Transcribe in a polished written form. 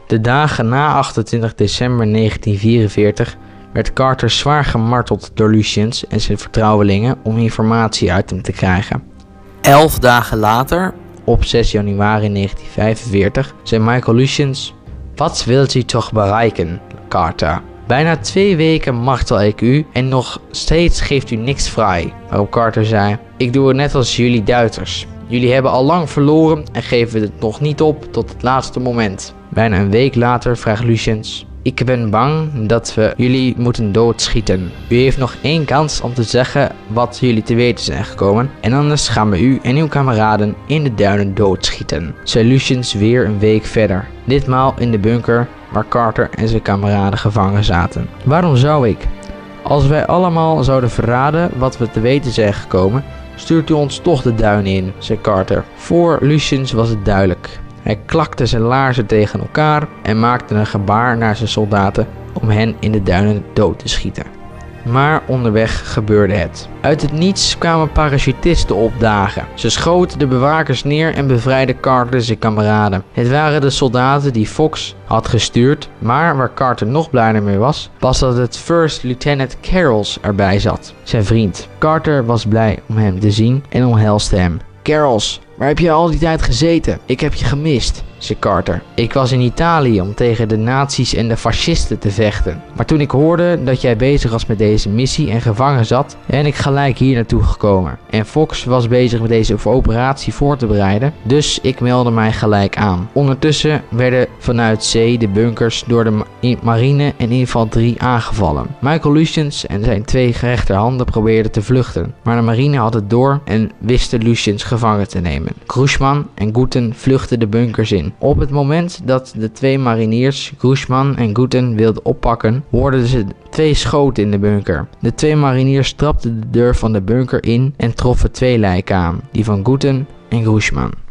De dagen na 28 december 1944 werd Carter zwaar gemarteld door Luciens en zijn vertrouwelingen om informatie uit hem te krijgen. 11 dagen later, op 6 januari 1945, zei Michael Luciens: "Wat wilt u toch bereiken, Carter? Bijna 2 weken martel ik u en nog steeds geeft u niks vrij." Waarop Carter zei: "Ik doe het net als jullie Duitsers. Jullie hebben al lang verloren en geven het nog niet op tot het laatste moment." Bijna een week later vraagt Luciens: "Ik ben bang dat we jullie moeten doodschieten. U heeft nog 1 kans om te zeggen wat jullie te weten zijn gekomen en anders gaan we u en uw kameraden in de duinen doodschieten," zei Luciens weer een week verder. Ditmaal in de bunker waar Carter en zijn kameraden gevangen zaten. "Waarom zou ik? Als wij allemaal zouden verraden wat we te weten zijn gekomen, stuurt u ons toch de duinen in," zei Carter. Voor Luciens was het duidelijk. Hij klakte zijn laarzen tegen elkaar en maakte een gebaar naar zijn soldaten om hen in de duinen dood te schieten. Maar onderweg gebeurde het. Uit het niets kwamen parachutisten opdagen. Ze schoten de bewakers neer en bevrijdden Carter zijn kameraden. Het waren de soldaten die Fox had gestuurd, maar waar Carter nog blijer mee was dat het First Lieutenant Carrolls erbij zat, zijn vriend. Carter was blij om hem te zien en omhelsde hem. "Carrolls, waar heb je al die tijd gezeten? Ik heb je gemist," zei Carter. "Ik was in Italië om tegen de nazi's en de fascisten te vechten. Maar toen ik hoorde dat jij bezig was met deze missie en gevangen zat, ben ik gelijk hier naartoe gekomen. En Fox was bezig met deze operatie voor te bereiden, dus ik meldde mij gelijk aan." Ondertussen werden vanuit zee de bunkers door de marine en infanterie aangevallen. Michael Luciens en zijn 2 rechterhanden probeerden te vluchten, maar de marine had het door en wisten Luciens gevangen te nemen. Gruschmann en Guten vluchtten de bunkers in. Op het moment dat de 2 mariniers Gruschmann en Guten wilden oppakken, hoorden ze 2 schoten in de bunker. De 2 mariniers trapten de deur van de bunker in en troffen 2 lijken aan, die van Guten en Gruschmann.